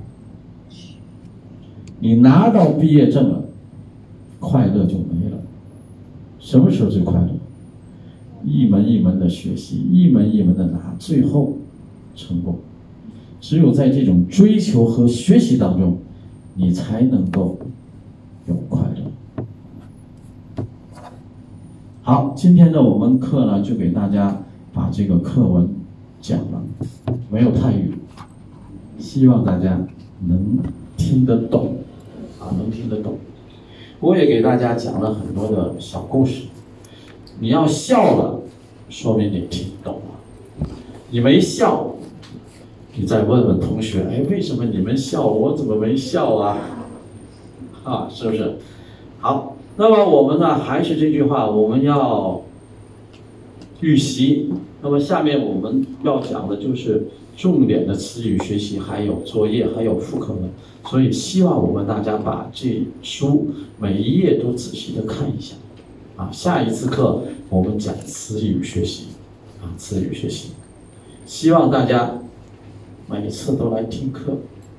你拿到毕业证了，快乐就没了。什么时候最快乐？一门一门的学习，一门一门的拿，最后成功。只有在这种追求和学习当中，你才能够有快乐。好，今天的我们课呢，就给大家把这个课文讲了，没有泰语，希望大家能听得懂啊，能听得懂。我也给大家讲了很多的小故事，你要笑了，说明你听懂了；你没笑，你再问问同学，哎，为什么你们笑，我怎么没笑啊？啊，是不是？好，那么我们呢，还是这句话，我们要预习。那么下面我们要讲的就是重点的词语学习，还有作业，还有复课文。所以希望我们大家把这书每一页都仔细的看一下。啊，下一次课我们讲词语学习，啊，词语学习。希望大家每一次都来听课，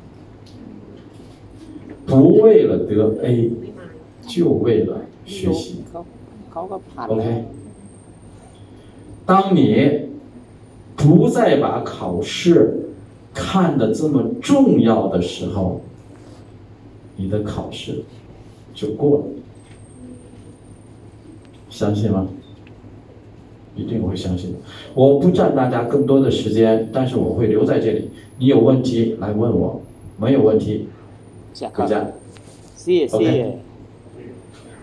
不为了得 A， 就为了学习。OK， 当你不再把考试看得这么重要的时候，你的考试就过了。相信吗？一定会相信的。我不占大家更多的时间，但是我会留在这里。你有问题来问我，没有问题回家。 谢谢。 OK